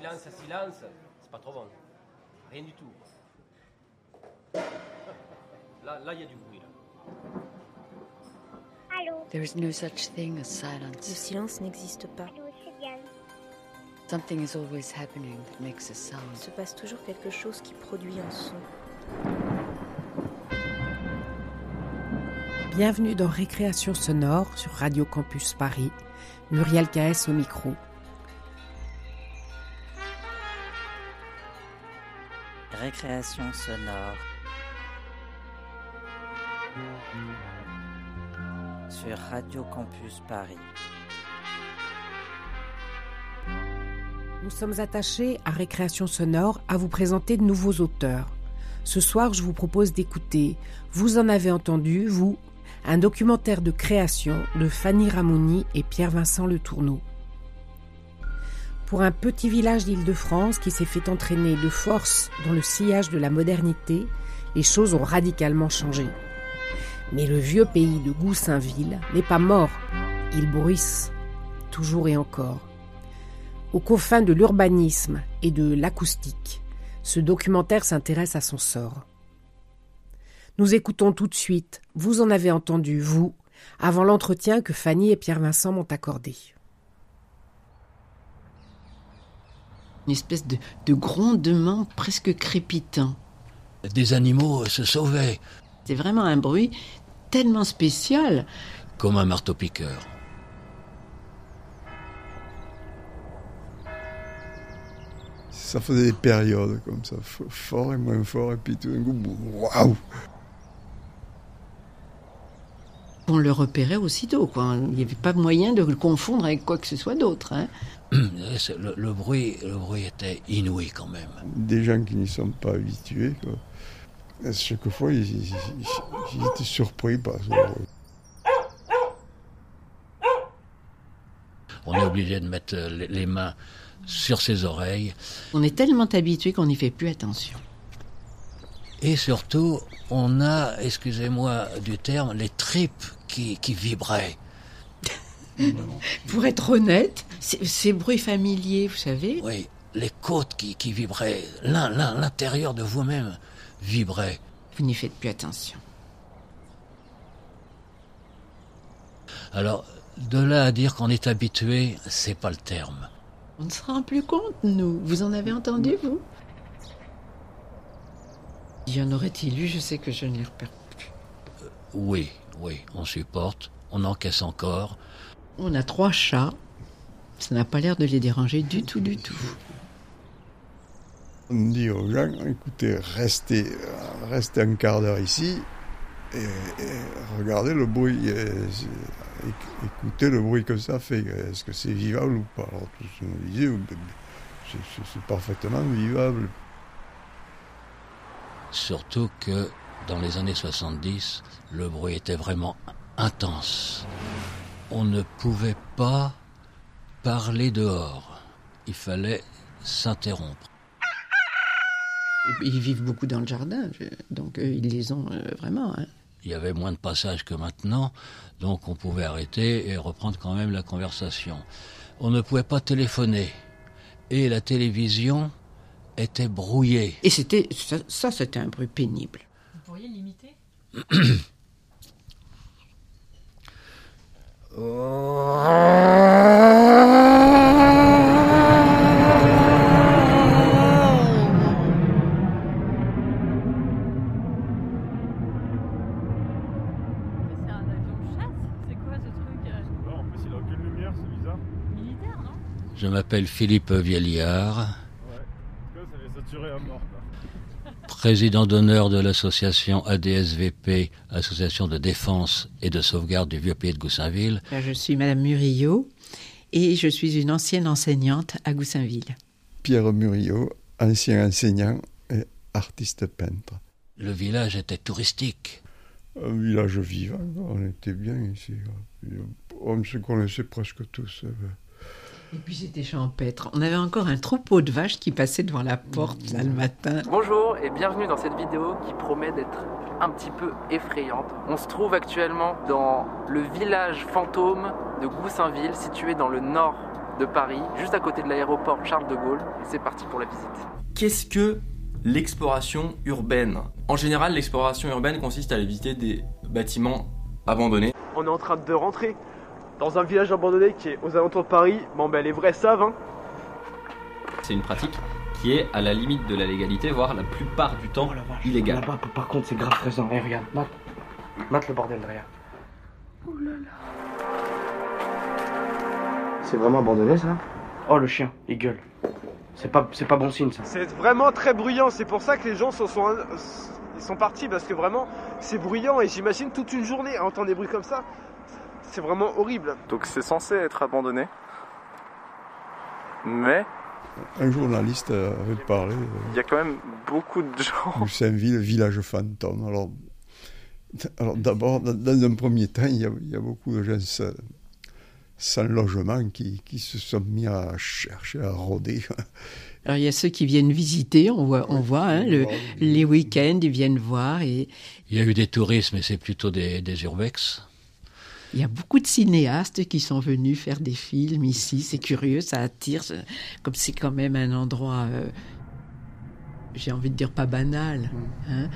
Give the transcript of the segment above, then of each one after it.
silence, c'est pas trop bon. Rien du tout. Là, il y a du bruit, là. Allô? There is no such thing as Le silence. silence n'existe pas. Allô, c'est Diane. Something is always happening that makes a Il sound. se passe toujours quelque chose qui produit un son. Bienvenue dans Récréation sonore sur Radio Campus Paris. Muriel Caès au micro. Récréation sonore sur Radio Campus Paris. Nous sommes attachés à Récréation sonore à vous présenter de nouveaux auteurs. Ce soir, je vous propose d'écouter Vous en avez entendu, vous, un documentaire de création de Fanny Ramoni et Pierre-Vincent Le Tourneau. Pour un petit village d'Île-de-France qui s'est fait entraîner de force dans le sillage de la modernité, les choses ont radicalement changé. Mais le vieux pays de Goussainville n'est pas mort, il bruisse, toujours et encore. Aux confins de l'urbanisme et de l'acoustique, ce documentaire s'intéresse à son sort. Nous écoutons tout de suite, vous en avez entendu, vous, avant l'entretien que Fanny et Pierre-Vincent m'ont accordé. Une espèce de grondement presque crépitant. Des animaux se sauvaient. C'est vraiment un bruit tellement spécial. Comme un marteau-piqueur. Ça faisait des périodes comme ça, fort et moins fort, et puis tout d'un coup, waouh! On le repérait aussitôt, quoi. Il n'y avait pas moyen de le confondre avec quoi que ce soit d'autre. Hein. Le bruit était inouï quand même. Des gens qui n'y sont pas habitués, quoi. Chaque fois, ils étaient surpris par ça. On est obligé de mettre les mains sur ses oreilles. On est tellement habitué qu'on n'y fait plus attention. Et surtout, on a, excusez-moi du terme, les tripes qui vibraient. Pour être honnête, ces bruits familiers, vous savez. Oui, les côtes qui vibraient, l'intérieur de vous-même vibrait. Vous n'y faites plus attention. Alors, de là à dire qu'on est habitué, c'est pas le terme. On ne se rend plus compte, nous. Vous en avez entendu, vous? Y en aurait-il eu? Je sais que je ne les repère plus. Oui, on supporte, on encaisse encore. On a 3 chats. Ça n'a pas l'air de les déranger du tout. On dit aux gens, écoutez, restez un quart d'heure ici et regardez le bruit, écoutez le bruit que ça fait. Est-ce que c'est vivable ou pas? Alors tous nous disaient, c'est parfaitement vivable. Surtout que dans les années 70, le bruit était vraiment intense. On ne pouvait pas parler dehors. Il fallait s'interrompre. Ils vivent beaucoup dans le jardin, donc ils les ont vraiment. Hein. Il y avait moins de passages que maintenant, donc on pouvait arrêter et reprendre quand même la conversation. On ne pouvait pas téléphoner. Et la télévision était brouillée. Et c'était un bruit pénible. Vous pourriez l'imiter? Je m'appelle Philippe Vieliard, président d'honneur de l'association ADSVP, Association de défense et de sauvegarde du vieux pays de Goussainville. Je suis Madame Murillo et je suis une ancienne enseignante à Goussainville. Pierre Murillo, ancien enseignant et artiste peintre. Le village était touristique. Un village vivant, on était bien ici. On se connaissait presque tous. Et puis c'était champêtre. On avait encore un troupeau de vaches qui passait devant la porte là le matin. Bonjour et bienvenue dans cette vidéo qui promet d'être un petit peu effrayante. On se trouve actuellement dans le village fantôme de Goussainville, situé dans le nord de Paris, juste à côté de l'aéroport Charles de Gaulle. Et c'est parti pour la visite. Qu'est-ce que l'exploration urbaine? En général, l'exploration urbaine consiste à aller visiter des bâtiments abandonnés. On est en train de rentrer dans un village abandonné qui est aux alentours de Paris. Bon ben les vrais savent, hein. C'est une pratique qui est à la limite de la légalité, voire la plupart du temps illégale. Là-bas, par contre, c'est grave présent. Et regarde, mate le bordel derrière. Oh là là. C'est vraiment abandonné, ça? Oh, le chien, il gueule. C'est pas bon signe, ça. C'est vraiment très bruyant. C'est pour ça que les gens ils sont partis, parce que vraiment, c'est bruyant. Et j'imagine toute une journée à entendre des bruits comme ça. C'est vraiment horrible. Donc c'est censé être abandonné. Mais un journaliste avait parlé. Il y a quand même beaucoup de gens. Luceinville, village fantôme. Alors d'abord, dans un premier temps, il y a beaucoup de gens sans logement qui se sont mis à chercher, à rôder. Alors il y a ceux qui viennent visiter, on voit hein, les week-ends, ils viennent voir. Et... Il y a eu des touristes, mais c'est plutôt des urbex. Il y a beaucoup de cinéastes qui sont venus faire des films ici. C'est curieux, ça attire. Comme c'est quand même un endroit, j'ai envie de dire pas banal. Hein.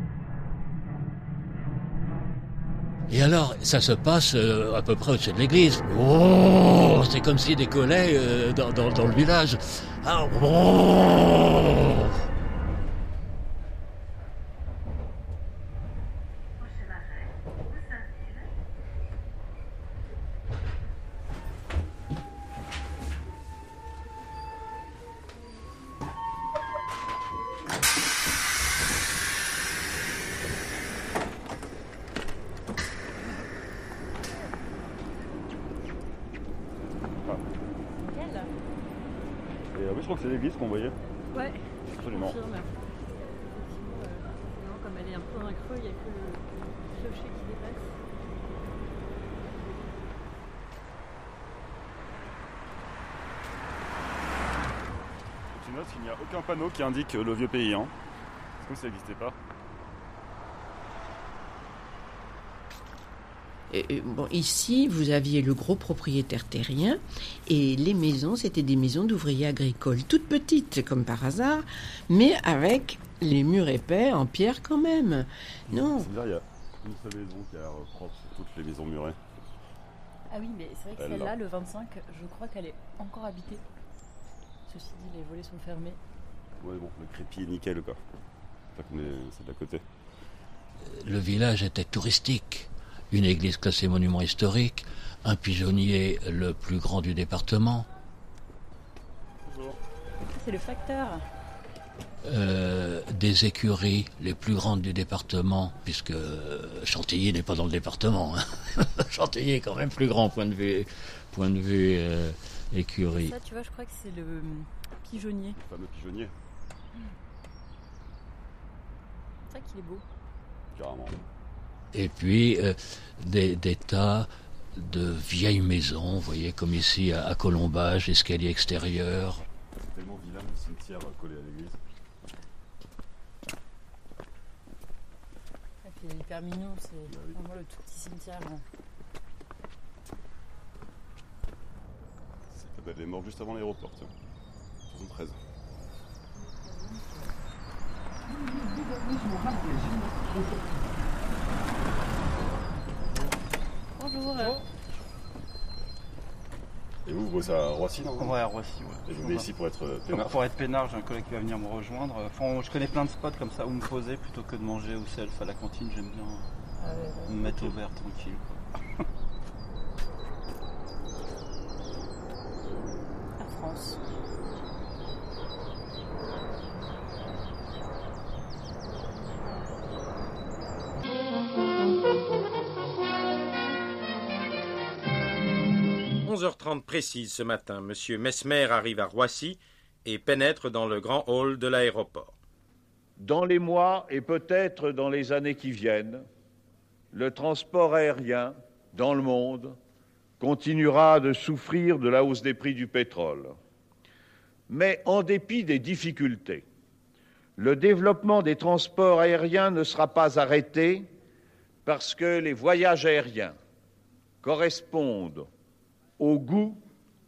Et alors, ça se passe à peu près au-dessus de l'église. Oh, c'est comme s'il décollait dans le village. Ah, oh. Je crois que c'est l'église qu'on voyait. Ouais, absolument. Je confirme. Non, comme elle est un peu dans un creux, il n'y a que le clocher qui dépasse. Tu notes qu'il n'y a aucun panneau qui indique le vieux pays. Hein. C'est comme si ça n'existait pas. Bon, ici, vous aviez le gros propriétaire terrien et les maisons, c'était des maisons d'ouvriers agricoles, toutes petites comme par hasard, mais avec les murs épais en pierre quand même. Non. C'est-à-dire, il y a une seule maison qui a l'air propre sur toutes les maisons murées. Ah oui, mais c'est vrai que celle-là, le 25, je crois qu'elle est encore habitée. Ceci dit, les volets sont fermés. Ouais, bon, le crépi est nickel, quoi. Pas comme celle d'à côté. Le village était touristique. Une église classée monument historique, un pigeonnier le plus grand du département. Bonjour. C'est le facteur. Des écuries les plus grandes du département, puisque Chantilly n'est pas dans le département. Hein. Chantilly est quand même plus grand point de vue écurie. Ça, tu vois, je crois que c'est le pigeonnier. Le fameux pigeonnier. C'est vrai qu'il est beau. Carrément. Et puis des tas de vieilles maisons, vous voyez, comme ici à Colombage, escalier extérieur. C'est tellement vilain le cimetière collé à l'église. Et puis il est hyper mignon, c'est vraiment le tout petit cimetière. Elle est morte juste avant l'aéroport, tiens. 73. Bonjour. Et vous bossez à Roissy, non? Ouais, à Roissy, ouais. Et vous venez ici pour être peinard? Pour être peinard, j'ai un collègue qui va venir me rejoindre. Enfin, je connais plein de spots comme ça où me poser plutôt que de manger au self à la cantine. J'aime bien me mettre au vert tranquille. Quoi. Air France. – 11h30 précise ce matin, M. Mesmer arrive à Roissy et pénètre dans le grand hall de l'aéroport. Dans les mois et peut-être dans les années qui viennent, le transport aérien dans le monde continuera de souffrir de la hausse des prix du pétrole. Mais en dépit des difficultés, le développement des transports aériens ne sera pas arrêté parce que les voyages aériens correspondent au goût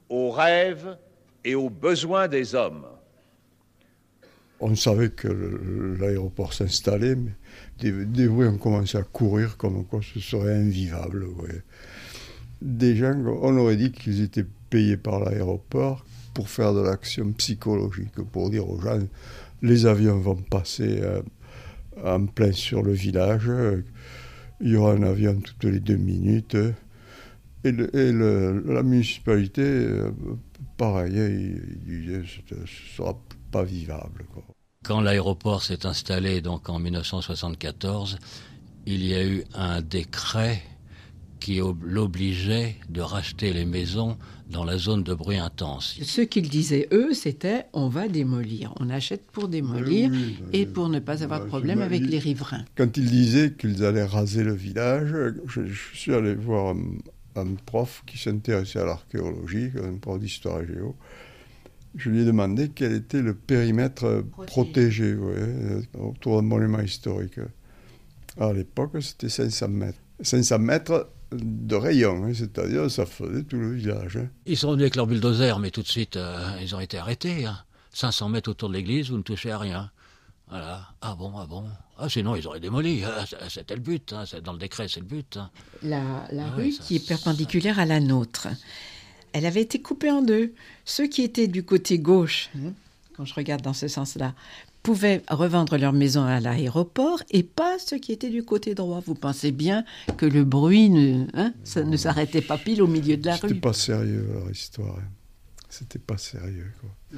aux rêves et aux besoins des hommes. On savait que l'aéroport s'installait, mais des bruits ont commencé à courir comme quoi ce serait invivable. Ouais. Des gens, on aurait dit qu'ils étaient payés par l'aéroport pour faire de l'action psychologique, pour dire aux gens, les avions vont passer en plein sur le village, il y aura un avion toutes les 2 minutes, et la municipalité, pareil, il disait ce ne sera pas vivable, quoi. Quand l'aéroport s'est installé donc en 1974, il y a eu un décret qui l'obligeait de racheter les maisons dans la zone de bruit intense. Ce qu'ils disaient, eux, c'était on va démolir. On achète pour démolir et pour ne pas avoir de problème avec les riverains. Quand ils disaient qu'ils allaient raser le village, je suis allé voir un prof qui s'intéressait à l'archéologie, un prof d'histoire et géo. Je lui ai demandé quel était le périmètre protégé autour d'un monument historique. À l'époque, c'était 500 mètres. 500 mètres de rayon, c'est-à-dire ça faisait tout le village. Ils sont venus avec leur bulldozer, mais tout de suite, ils ont été arrêtés. 500 mètres autour de l'église, vous ne touchez à rien. Voilà. Ah bon. Ah, sinon, ils auraient démoli. C'était le but. Dans le décret, c'est le but. La rue qui est perpendiculaire à la nôtre, elle avait été coupée en deux. Ceux qui étaient du côté gauche, quand je regarde dans ce sens-là, pouvaient revendre leur maison à l'aéroport et pas ceux qui étaient du côté droit. Vous pensez bien que le bruit ça ne s'arrêtait pas pile au milieu de la rue. C'était pas sérieux, leur histoire. C'était pas sérieux, quoi.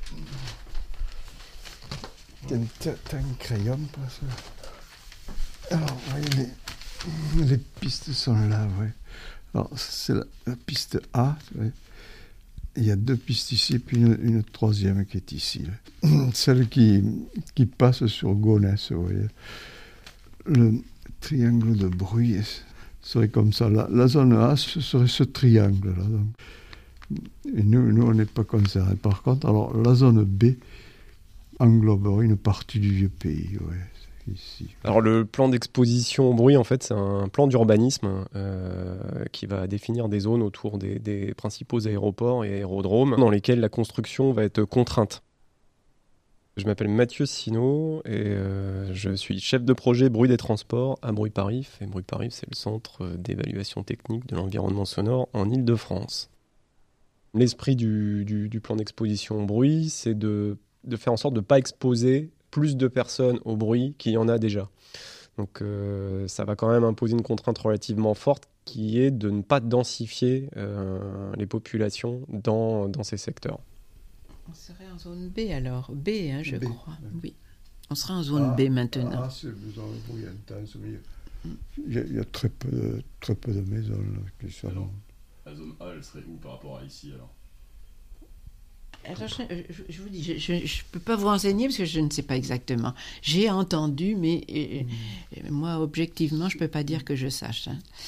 T'as un crayon pour ça? Alors, les pistes sont là, ouais. Alors, c'est la piste A, ouais. Il y a 2 pistes ici, puis une troisième qui est ici. Là. Celle qui passe sur Gonesse, vous voyez. Le triangle de bruit serait comme ça. La zone A, ce serait ce triangle-là. Donc. Et nous, on n'est pas concernés. Par contre, alors, la zone B engloberait une partie du vieux pays, ouais. Ici. Alors le plan d'exposition au bruit, en fait, c'est un plan d'urbanisme qui va définir des zones autour des principaux aéroports et aérodromes dans lesquels la construction va être contrainte. Je m'appelle Mathieu Sinaud et je suis chef de projet bruit des transports à Bruit-Parif. Et Bruit-Parif, c'est le centre d'évaluation technique de l'environnement sonore en Île-de-France. L'esprit du plan d'exposition au bruit, c'est de faire en sorte de ne pas exposer plus de personnes au bruit qu'il y en a déjà. Donc ça va quand même imposer une contrainte relativement forte qui est de ne pas densifier les populations dans ces secteurs. On serait en zone B alors, B, je crois. Oui. On sera en zone B maintenant. C'est dans le bruit intense. Il y a très peu de maisons là, qui sont... Alors, la zone A, elle serait où par rapport à ici alors? Alors, je vous dis, je ne peux pas vous renseigner parce que je ne sais pas exactement. J'ai entendu, mais moi, objectivement, je ne peux pas dire que je sache.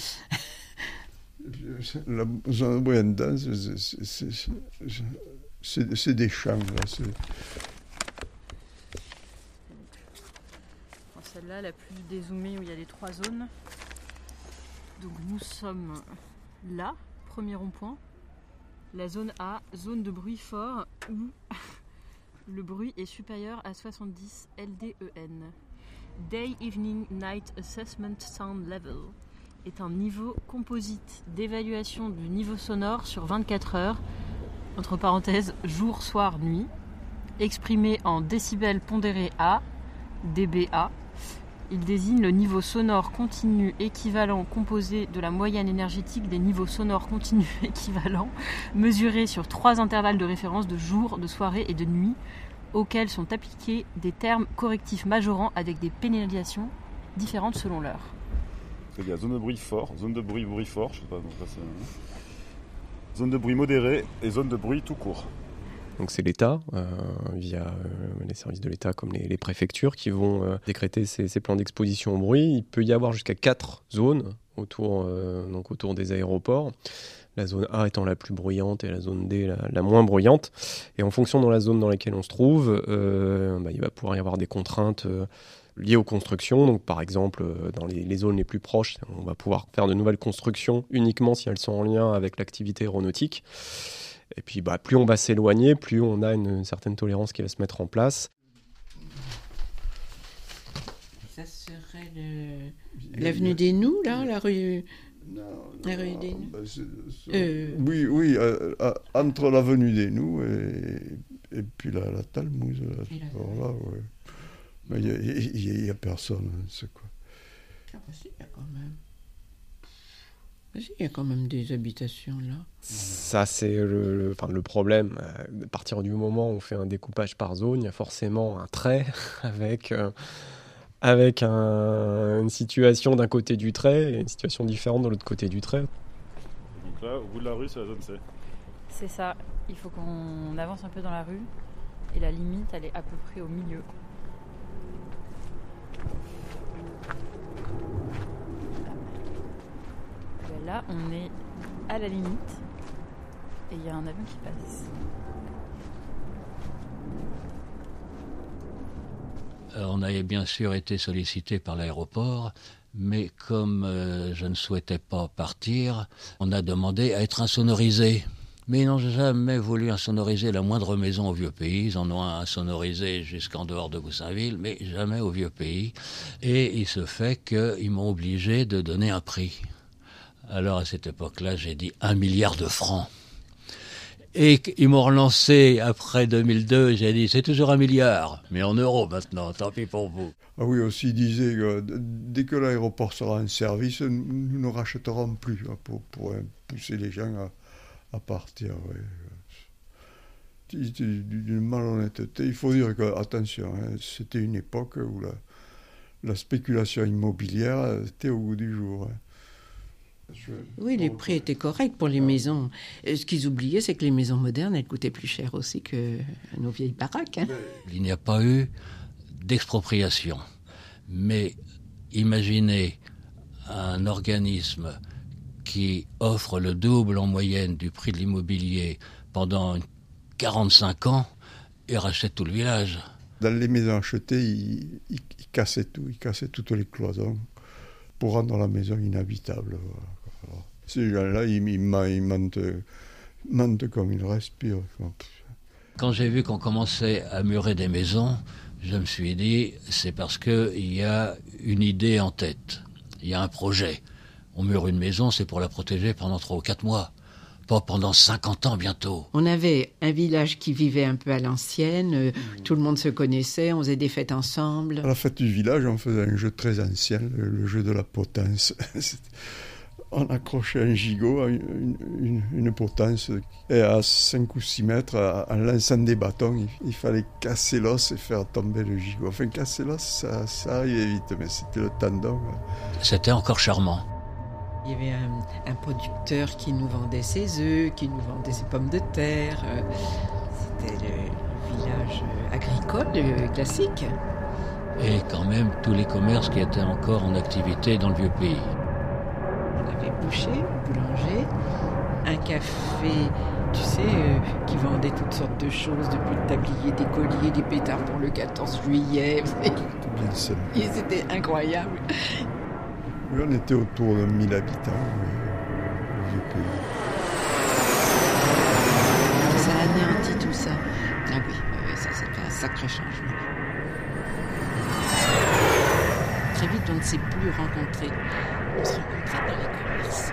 La zone bruit intense, c'est des champs. Là, celle-là, la plus dézoomée où il y a les 3 zones. Donc nous sommes là, premier rond-point. La zone A, zone de bruit fort, où le bruit est supérieur à 70 LDEN. Day Evening Night Assessment Sound Level est un niveau composite d'évaluation du niveau sonore sur 24 heures, entre parenthèses jour, soir, nuit, exprimé en décibels pondérés A, dBA. Il désigne le niveau sonore continu équivalent composé de la moyenne énergétique des niveaux sonores continus équivalents mesurés sur 3 intervalles de référence de jour, de soirée et de nuit auxquels sont appliqués des termes correctifs majorants avec des pénalisations différentes selon l'heure. Il y a zone de bruit fort, zone de bruit fort, je sais pas, donc là c'est... zone de bruit modéré et zone de bruit tout court. Donc c'est l'État, via les services de l'État comme les préfectures qui vont décréter ces plans d'exposition au bruit. Il peut y avoir jusqu'à 4 zones autour des aéroports. La zone A étant la plus bruyante et la zone D la moins bruyante. Et en fonction de la zone dans laquelle on se trouve, il va pouvoir y avoir des contraintes liées aux constructions. Donc par exemple, dans les zones les plus proches, on va pouvoir faire de nouvelles constructions uniquement si elles sont en lien avec l'activité aéronautique. Et puis plus on va s'éloigner, plus on a une certaine tolérance qui va se mettre en place. Ça serait l'avenue des Nous, là, la rue... La rue des Nous. Oui, entre l'avenue des Nous et puis la Talmouze. Là, ouais. Mais il n'y a personne, c'est quoi. Il y a quand même des habitations là. Ça, c'est le problème. À partir du moment où on fait un découpage par zone, il y a forcément un trait avec une situation d'un côté du trait et une situation différente de l'autre côté du trait. Donc là, au bout de la rue, c'est la zone C. C'est ça. Il faut qu'on avance un peu dans la rue. Et la limite, elle est à peu près au milieu. Là, on est à la limite et il y a un avion qui passe. On avait bien sûr été sollicité par l'aéroport, mais comme je ne souhaitais pas partir, on a demandé à être insonorisé. Mais ils n'ont jamais voulu insonoriser la moindre maison au Vieux-Pays. Ils en ont insonorisé jusqu'en dehors de Goussainville, mais jamais au Vieux-Pays. Et il se fait qu'ils m'ont obligé de donner un prix. Alors à cette époque-là, j'ai dit 1 milliard de francs. Et ils m'ont relancé après 2002, j'ai dit c'est toujours 1 milliard, mais en euros maintenant, tant pis pour vous. Ah oui, aussi, il disait que dès que l'aéroport sera en service, nous ne rachèterons plus pour pousser les gens à partir. Ouais. D'une malhonnêteté. Il faut dire que, attention, c'était une époque où la spéculation immobilière était au goût du jour. Oui, les prix étaient corrects pour les maisons. Ce qu'ils oubliaient, c'est que les maisons modernes, elles coûtaient plus cher aussi que nos vieilles baraques. Il n'y a pas eu d'expropriation. Mais imaginez un organisme qui offre le double en moyenne du prix de l'immobilier pendant 45 ans et rachète tout le village. Dans les maisons achetées, ils cassaient tout. Ils cassaient toutes les cloisons pour rendre la maison inhabitable. Alors, ces gens-là, ils mentent comme ils respirent. Quand j'ai vu qu'on commençait à murer des maisons, je me suis dit, c'est parce qu'il y a une idée en tête. Il y a un projet. On mure une maison, c'est pour la protéger pendant 3 ou 4 mois. Pas pendant 50 ans bientôt. On avait un village qui vivait un peu à l'ancienne, tout le monde se connaissait, on faisait des fêtes ensemble. À la fête du village, on faisait un jeu très ancien, le jeu de la potence. On accrochait un gigot à une potence et à 5 ou 6 mètres, en lançant des bâtons, il fallait casser l'os et faire tomber le gigot. Enfin, casser l'os, ça arrivait vite, mais c'était le tendon. C'était encore charmant. Il y avait un producteur qui nous vendait ses œufs, qui nous vendait ses pommes de terre. C'était le village agricole classique. Et quand même tous les commerces qui étaient encore en activité dans le Vieux-Pays. On avait boucher, boulanger, un café, tu sais, qui vendait toutes sortes de choses, depuis le tablier, des colliers, des pétards pour le 14 juillet. Et c'était incroyable. Oui, on était autour de 1000 habitants au Vieux-Pays. Ça a anéanti tout ça. Ah oui, ça c'était un sacré changement. Très vite, on ne s'est plus rencontrés. On se rencontrait dans les commerces.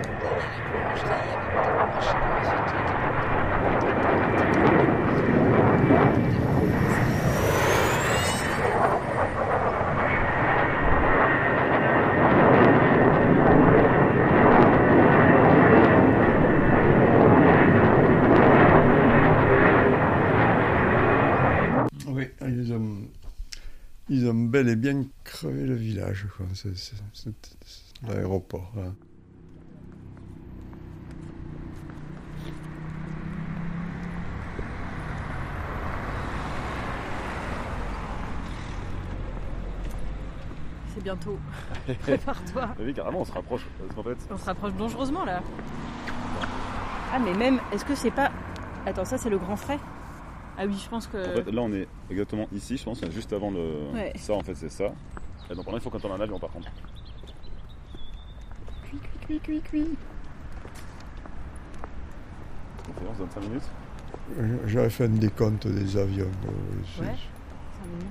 Ils ont bel et bien crevé le village, quoi. C'est l'aéroport. Là. C'est bientôt. Prépare-toi. Oui, carrément, on se rapproche. En fait. On se rapproche dangereusement là. Ah, mais même, est-ce que c'est pas. Attends, ça c'est le Grand Frais? Ah oui, je pense que... En fait, là, on est exactement ici, je pense, juste avant le... Ouais. Ça, en fait, c'est ça. Et donc, il faut qu'on tourne un avion, par contre. Cui. on se donne 5 minutes. J'avais fait un décompte des avions. Ouais, 5 minutes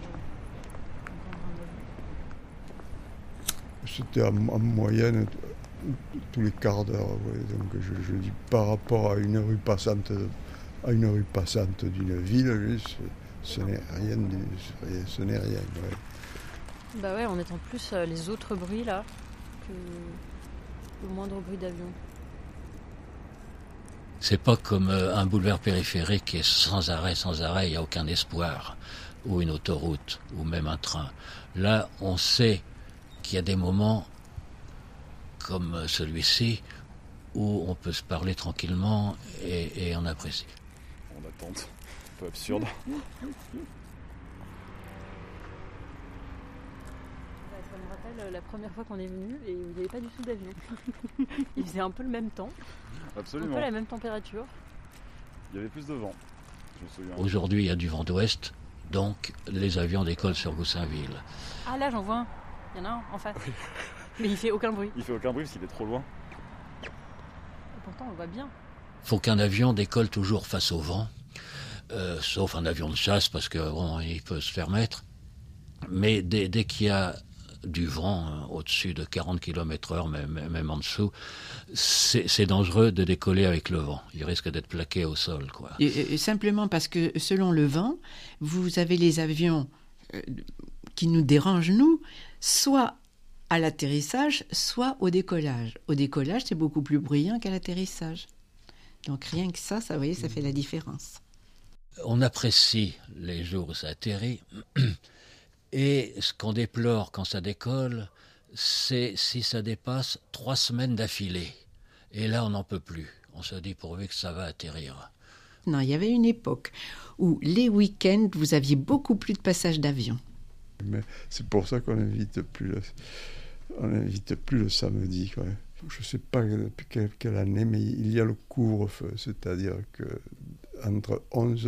C'était en moyenne tous les quarts d'heure. Ouais. Donc je dis par rapport à une rue passante d'une ville, ce n'est rien. Ce n'est rien. Ouais. Bah ouais, on entend plus les autres bruits là que le moindre bruit d'avion. C'est pas comme un boulevard périphérique qui est sans arrêt, il n'y a aucun espoir, ou une autoroute, ou même un train. Là, on sait qu'il y a des moments comme celui-ci où on peut se parler tranquillement et on apprécie. On attend, un peu absurde. Ça me rappelle la première fois qu'on est venu et il n'y avait pas du tout d'avion. Il faisait un peu le même temps. Absolument. Un peu la même température. Il y avait plus de vent, je me souviens. Aujourd'hui, il y a du vent d'ouest, donc les avions décollent sur Goussainville. Ah là, j'en vois un. Il y en a un en face. Oui. Mais il fait aucun bruit. Il fait aucun bruit parce qu'il est trop loin. Et pourtant, on le voit bien. Faut qu'un avion décolle toujours face au vent, sauf un avion de chasse parce que bon, il peut se faire mettre. Mais dès qu'il y a du vent au-dessus de 40 km/h, même en dessous, c'est dangereux de décoller avec le vent. Il risque d'être plaqué au sol, quoi. Et simplement parce que selon le vent, vous avez les avions qui nous dérangent, nous, soit à l'atterrissage, soit au décollage. Au décollage, c'est beaucoup plus bruyant qu'à l'atterrissage. Donc rien que ça, vous voyez, ça fait la différence. On apprécie les jours où ça atterrit. Et ce qu'on déplore quand ça décolle, c'est si ça dépasse 3 semaines d'affilée. Et là, on n'en peut plus. On se dit pourvu que ça va atterrir. Non, il y avait une époque où les week-ends, vous aviez beaucoup plus de passages d'avion. Mais c'est pour ça qu'on n'invite plus le samedi. Quoi. Je ne sais pas depuis quelle année, mais il y a le couvre-feu. C'est-à-dire qu'entre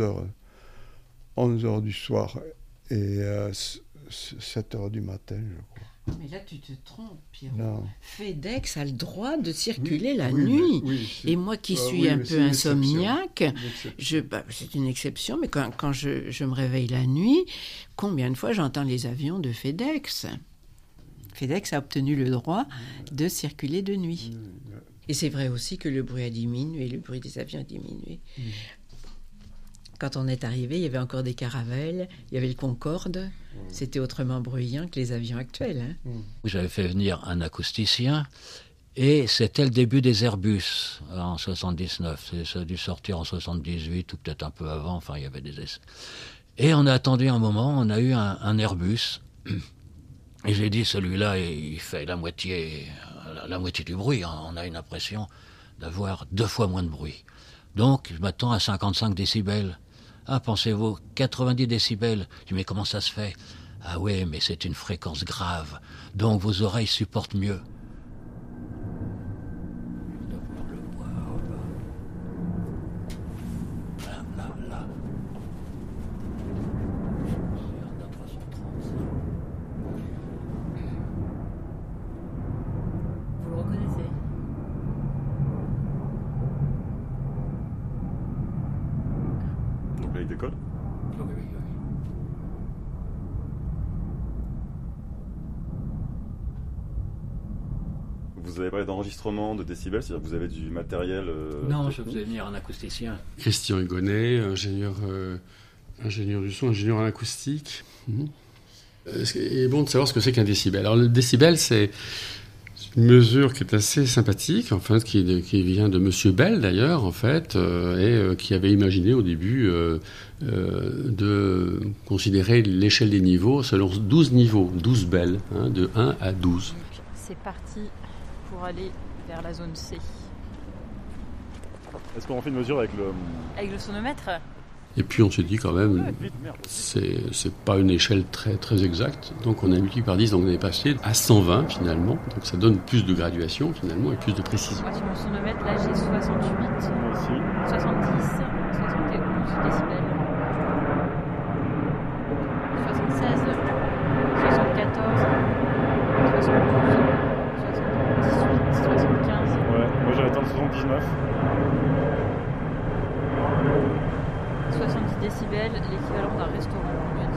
11h du soir et 7h du matin, je crois. Mais là, tu te trompes, Pierrot. Non. FedEx a le droit de circuler la nuit. Et moi qui suis un peu insomniaque, c'est une exception, mais quand je me réveille la nuit, combien de fois j'entends les avions de FedEx ? FedEx a obtenu le droit de circuler de nuit. Et c'est vrai aussi que le bruit a diminué, le bruit des avions a diminué. Quand on est arrivé, il y avait encore des caravelles, il y avait le Concorde. C'était autrement bruyant que les avions actuels. J'avais fait venir un acousticien et c'était le début des Airbus en 79. Ça a dû sortir en 78 ou peut-être un peu avant. Enfin, il y avait des essais. Et on a attendu un moment, on a eu un Airbus. Et j'ai dit, celui-là, il fait la moitié du bruit. On a une impression d'avoir 2 fois moins de bruit. Donc, je m'attends à 55 décibels. Ah, pensez-vous, 90 décibels. Je dis, mais comment ça se fait ? Ah ouais, mais c'est une fréquence grave. Donc, vos oreilles supportent mieux. Là. Vous le reconnaissez ? Donc là, il décolle ? Oui. Vous avez parlé d'enregistrement de décibels, c'est-à-dire que vous avez du matériel... Non, je faisais venir un acousticien. Christian Hugonnet, ingénieur du son, ingénieur en acoustique. Il est bon de savoir ce que c'est qu'un décibel. Alors le décibel, c'est une mesure qui est assez sympathique, en fait, qui vient de Monsieur Bell d'ailleurs, en fait, et qui avait imaginé au début de considérer l'échelle des niveaux selon 12 niveaux, 12 Bell, de 1 à 12. C'est parti pour aller vers la zone C. Est-ce qu'on fait une mesure avec le sonomètre ? Et puis on s'est dit quand même, c'est pas une échelle très, très exacte, donc on a multiplié par 10, donc on est passé à 120 finalement, donc ça donne plus de graduation finalement et plus de précision. Moi sur mon sonomètre là j'ai 68, 70, 71 décibels, 76, 74, 72, 78, 75. Ouais, moi j'avais atteint 79. décibels, l'équivalent d'un restaurant.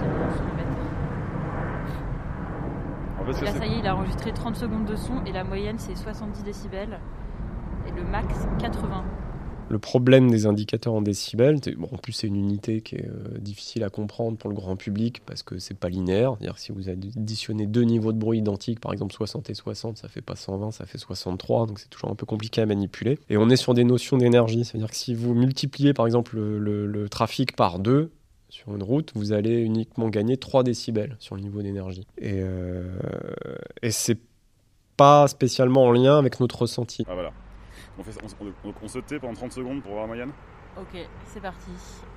Là, ça y est, il a enregistré 30 secondes de son et la moyenne, c'est 70 décibels. Et le max, 80. Le problème des indicateurs en décibels, en plus c'est une unité qui est difficile à comprendre pour le grand public parce que c'est pas linéaire. C'est-à-dire que si vous additionnez deux niveaux de bruit identiques, par exemple 60 et 60, ça fait pas 120, ça fait 63, donc c'est toujours un peu compliqué à manipuler. Et on est sur des notions d'énergie, c'est-à-dire que si vous multipliez par exemple le trafic par 2, sur une route, vous allez uniquement gagner 3 décibels sur le niveau d'énergie. Et c'est pas spécialement en lien avec notre ressenti. Ah voilà. On se tait pendant 30 secondes pour voir la moyenne. Ok, c'est parti.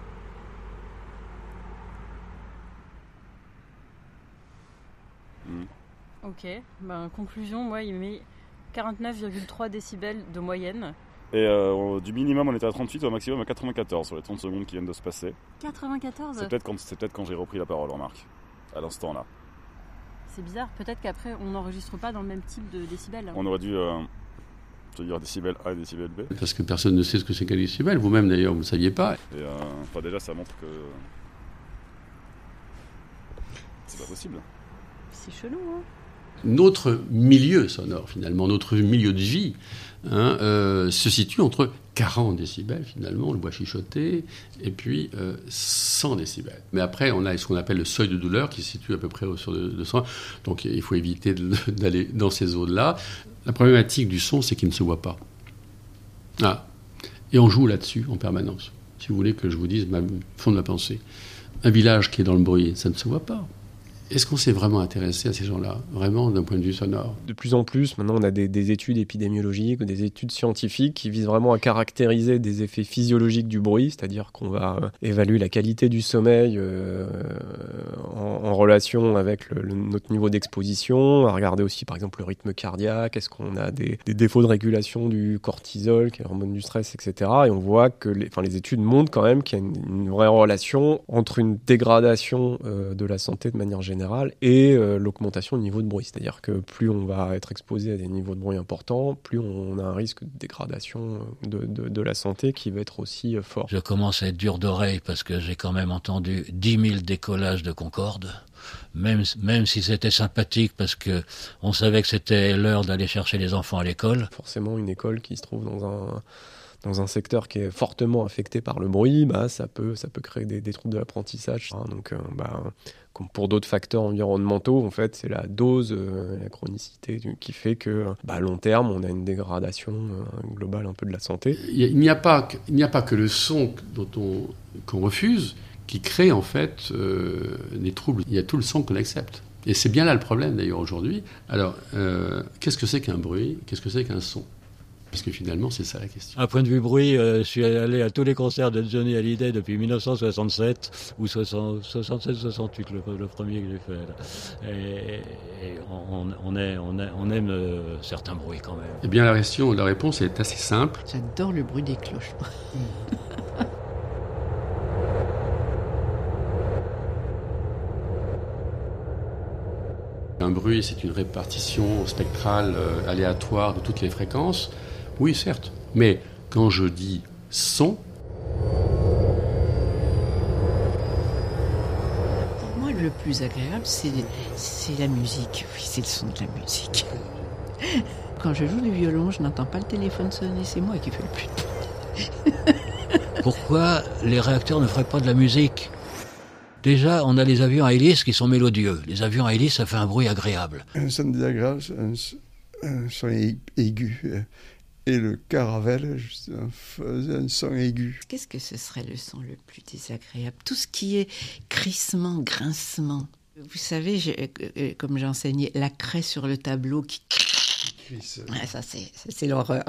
Ok, conclusion, moi il met 49,3 décibels de moyenne. Et du minimum on était à 38, au maximum à 94 sur les 30 secondes qui viennent de se passer. 94 ? C'est peut-être quand j'ai repris la parole, remarque, à l'instant là. C'est bizarre, peut-être qu'après on n'enregistre pas dans le même type de décibels. On aurait dû te dire décibel A et décibel B. Parce que personne ne sait ce que c'est qu'un décibel, vous-même d'ailleurs vous ne le saviez pas. Et déjà ça montre que c'est pas possible. C'est chelou, hein. Notre milieu sonore, finalement, notre milieu de vie, se situe entre 40 décibels, finalement, le bois chichoté, et puis 100 décibels. Mais après, on a ce qu'on appelle le seuil de douleur, qui se situe à peu près autour de 100. Donc, il faut éviter d'aller dans ces zones-là. La problématique du son, c'est qu'il ne se voit pas. Et on joue là-dessus en permanence. Si vous voulez que je vous dise le fond de ma pensée. Un village qui est dans le bruit, ça ne se voit pas. Est-ce qu'on s'est vraiment intéressé à ces gens-là, vraiment d'un point de vue sonore ? De plus en plus, maintenant on a des études épidémiologiques ou des études scientifiques qui visent vraiment à caractériser des effets physiologiques du bruit, c'est-à-dire qu'on va évaluer la qualité du sommeil en relation avec notre niveau d'exposition, à regarder aussi par exemple le rythme cardiaque, est-ce qu'on a des défauts de régulation du cortisol, qui est l'hormone du stress, etc. Et on voit que les études montrent quand même qu'il y a une vraie relation entre une dégradation de la santé de manière générale et l'augmentation du niveau de bruit. C'est-à-dire que plus on va être exposé à des niveaux de bruit importants, plus on a un risque de dégradation de la santé qui va être aussi fort. Je commence à être dur d'oreille parce que j'ai quand même entendu 10 000 décollages de Concorde, même si c'était sympathique parce que on savait que c'était l'heure d'aller chercher les enfants à l'école. Forcément, une école qui se trouve dans un secteur qui est fortement affecté par le bruit, ça peut créer des troubles de l'apprentissage. Donc, comme pour d'autres facteurs environnementaux, en fait, c'est la dose, la chronicité qui fait que, à long terme, on a une dégradation globale un peu de la santé. Il n'y a pas que le son qu'on refuse qui crée en fait des troubles. Il y a tout le son qu'on accepte. Et c'est bien là le problème d'ailleurs aujourd'hui. Alors, qu'est-ce que c'est qu'un bruit ? Qu'est-ce que c'est qu'un son ? Parce que finalement, c'est ça la question. À point de vue bruit, je suis allé à tous les concerts de Johnny Hallyday depuis 1967 ou 67-68, le premier que j'ai fait. Et on aime certains bruits quand même. Eh bien, la réponse est assez simple. J'adore le bruit des cloches. Un bruit, c'est une répartition spectrale aléatoire de toutes les fréquences. Oui, certes. Mais quand je dis son... Pour moi, le plus agréable, c'est la musique. Oui, c'est le son de la musique. Quand je joue du violon, je n'entends pas le téléphone sonner. C'est moi qui fais le plus. Pourquoi les réacteurs ne feraient pas de la musique ? Déjà, on a les avions à hélice qui sont mélodieux. Les avions à hélice, ça fait un bruit agréable. Un son désagréable, un son aigu. Et le Caravelle, faisait un son aigu. Qu'est-ce que ce serait le son le plus désagréable ? Tout ce qui est crissement, grincement. Vous savez, comme j'enseignais, la craie sur le tableau qui... ça, c'est l'horreur.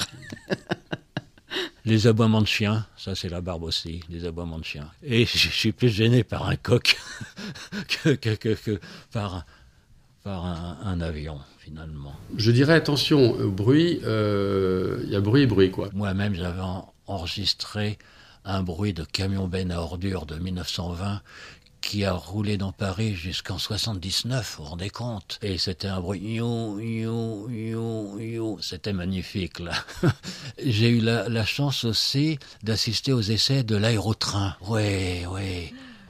Les aboiements de chiens, ça c'est la barbe aussi, les aboiements de chiens. Et je suis plus gêné par un coq que par un avion, finalement. Je dirais, attention, bruit, il y a bruit et bruit, quoi. Moi-même, j'avais enregistré un bruit de camion-benne à ordures de 1920 qui a roulé dans Paris jusqu'en 79, vous vous rendez compte ? Et c'était un bruit c'était magnifique, là. J'ai eu la chance aussi d'assister aux essais de l'aérotrain. Oui.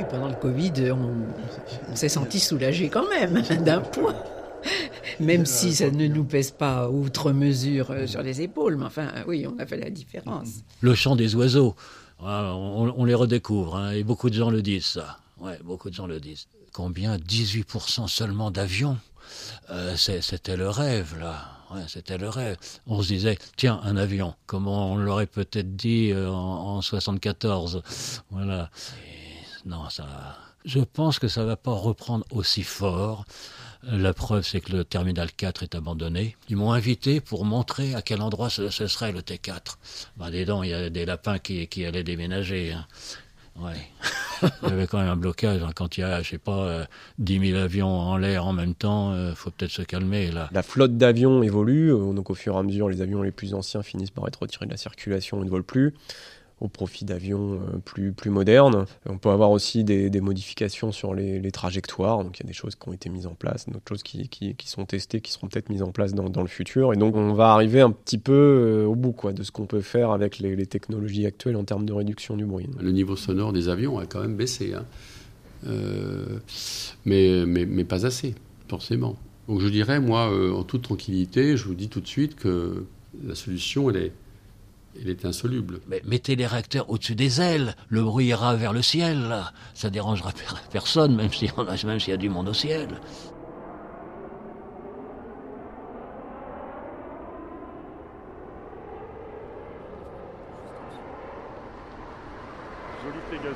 Oui, pendant le Covid, on s'est senti soulagé quand même, d'un point. Même si ça ne nous pèse pas outre mesure sur les épaules, mais enfin, oui, on a fait la différence. Le chant des oiseaux, on les redécouvre, hein, et beaucoup de gens le disent, ça. Ouais, beaucoup de gens le disent. Combien ? 18% seulement d'avions. C'était le rêve, là. Ouais, c'était le rêve. On se disait, tiens, un avion, comme on l'aurait peut-être dit en 74. Voilà. Et non, ça... Je pense que ça ne va pas reprendre aussi fort. La preuve, c'est que le Terminal 4 est abandonné. Ils m'ont invité pour montrer à quel endroit ce serait le T4. Ben, dis donc, il y a des lapins qui allaient déménager. Hein. Ouais. Il y avait quand même un blocage. Hein. Quand il y a, je sais pas, 10 000 avions en l'air en même temps, faut peut-être se calmer, là. La flotte d'avions évolue. Donc, au fur et à mesure, les avions les plus anciens finissent par être retirés de la circulation et ne volent plus, au profit d'avions plus modernes. On peut avoir aussi des modifications sur les trajectoires. Donc il y a des choses qui ont été mises en place, d'autres choses qui sont testées, qui seront peut-être mises en place dans le futur. Et donc on va arriver un petit peu au bout de ce qu'on peut faire avec les technologies actuelles en termes de réduction du bruit. Le niveau sonore des avions a quand même baissé, hein. Mais pas assez, forcément. Donc je dirais, moi, en toute tranquillité, je vous dis tout de suite que la solution, elle est insoluble. Mais mettez les réacteurs au-dessus des ailes, le bruit ira vers le ciel, là. Ça dérangera personne, même s'il y a du monde au ciel. Joli Pégasus.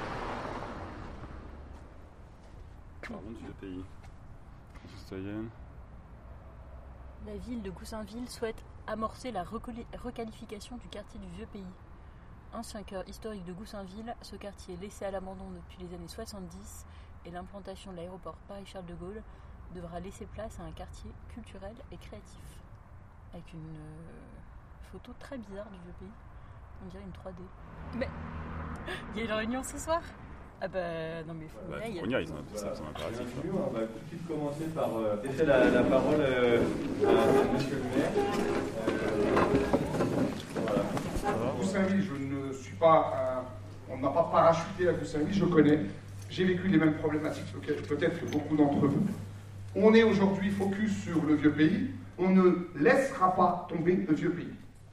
Pardon, du pays. Citoyenne. La ville de Goussainville souhaite amorcer la requalification du quartier du Vieux Pays. Ancien cœur historique de Goussainville, ce quartier laissé à l'abandon depuis les années 70 et l'implantation de l'aéroport Paris-Charles de Gaulle devra laisser place à un quartier culturel et créatif. Avec une photo très bizarre du Vieux Pays. On dirait une 3D. Mais il y a une réunion ce soir ? Ah bah non mais faut y aille. Ils ont un impératif. On va tout de suite commencer par laisser la parole à monsieur le maire. Voilà. Goussainville, je ne suis pas... on n'a pas parachuté à Goussainville, je connais. J'ai vécu les mêmes problématiques, peut-être que beaucoup d'entre vous. On est aujourd'hui focus sur le Vieux Pays. On ne laissera pas tomber le Vieux Pays.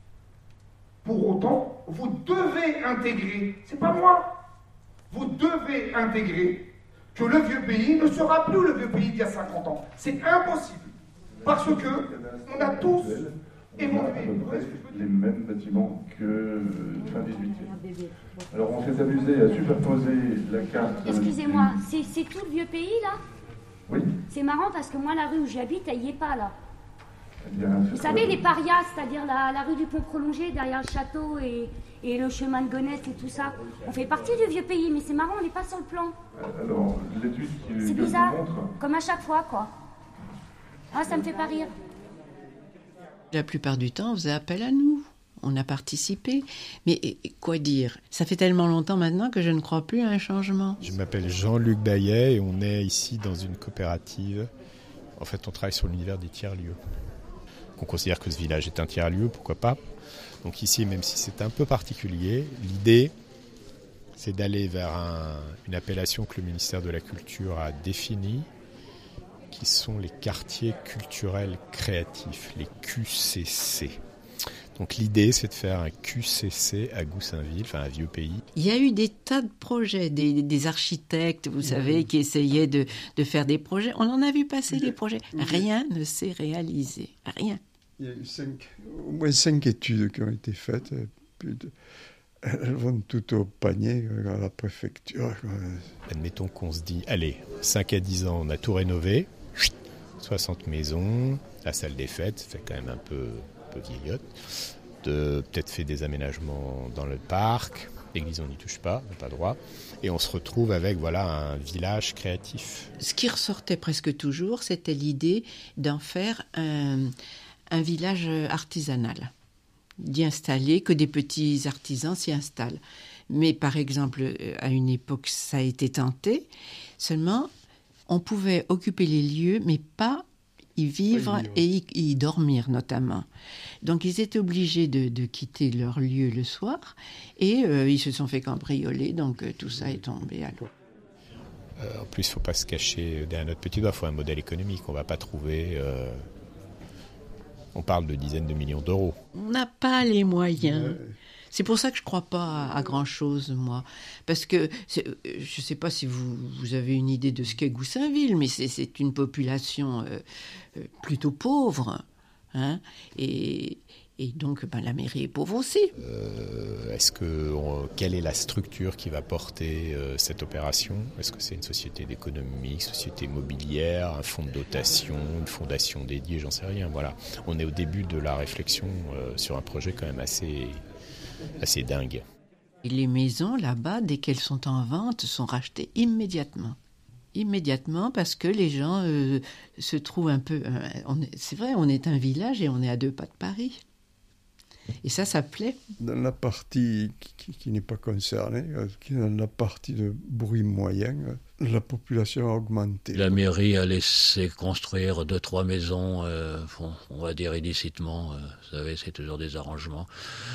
Pour autant, vous devez intégrer, c'est pas moi, vous devez intégrer que le Vieux Pays ne sera plus le Vieux Pays d'il y a 50 ans. C'est impossible. Parce que on a tous évolué. Les mêmes bâtiments que fin 18e. Alors on s'est amusé à superposer la carte... Excusez-moi, c'est tout le Vieux Pays là ? Oui. C'est marrant parce que moi la rue où j'habite, elle y est pas là. Vous savez, les parias, c'est-à-dire la rue du Pont Prolongé, derrière le château et le chemin de Gonesse et tout ça, on fait partie du Vieux Pays, mais c'est marrant, on n'est pas sur le plan. Alors, l'étude qui c'est bizarre, comme à chaque fois, quoi. Ah, ça me fait pas rire. La plupart du temps, on faisait appel à nous. On a participé. Mais quoi dire ? Ça fait tellement longtemps maintenant que je ne crois plus à un changement. Je m'appelle Jean-Luc Baillet et on est ici dans une coopérative. En fait, on travaille sur l'univers des tiers-lieux. On considère que ce village est un tiers-lieu, pourquoi pas. Donc ici, même si c'est un peu particulier, l'idée, c'est d'aller vers une appellation que le ministère de la Culture a définie, qui sont les quartiers culturels créatifs, les QCC. Donc l'idée, c'est de faire un QCC à Goussainville, enfin un Vieux Pays. Il y a eu des tas de projets, des architectes, vous savez, qui essayaient de faire des projets. On en a vu passer des projets. Rien ne s'est réalisé. Rien. Il y a eu au moins 5 études qui ont été faites. Elles vont tout au panier à la préfecture. Admettons qu'on se dit, allez, 5 à 10 ans, on a tout rénové. 60 maisons, la salle des fêtes, ça fait quand même un peu vieillotte, peut-être fait des aménagements dans le parc, l'église on n'y touche pas, on n'a pas droit, et on se retrouve avec un village créatif. Ce qui ressortait presque toujours, c'était l'idée d'en faire un village artisanal, d'y installer, que des petits artisans s'y installent. Mais par exemple, à une époque, ça a été tenté, seulement on pouvait occuper les lieux, mais pas y vivre et y dormir notamment. Donc ils étaient obligés de quitter leur lieu le soir et ils se sont fait cambrioler, donc tout ça est tombé à l'eau. En plus, il ne faut pas se cacher derrière notre petit doigt, il faut un modèle économique. On ne va pas trouver... on parle de dizaines de millions d'euros. On n'a pas les moyens. C'est pour ça que je ne crois pas à grand-chose, moi. Parce que, je ne sais pas si vous avez une idée de ce qu'est Goussainville, mais c'est une population plutôt pauvre. Hein, et donc, la mairie est pauvre aussi. Quelle est la structure qui va porter cette opération ? Est-ce que c'est une société d'économie, une société immobilière, un fonds de dotation, une fondation dédiée ? J'en sais rien. Voilà. On est au début de la réflexion sur un projet quand même assez dingue. Et les maisons, là-bas, dès qu'elles sont en vente, sont rachetées immédiatement. Immédiatement, parce que les gens se trouvent un peu... c'est vrai, on est un village et on est à 2 pas de Paris. Et ça plaît. Dans la partie qui n'est pas concernée, qui est dans la partie de bruit moyen, la population a augmenté. La mairie a laissé construire 2-3 maisons, on va dire illicitement, vous savez, c'est toujours des arrangements.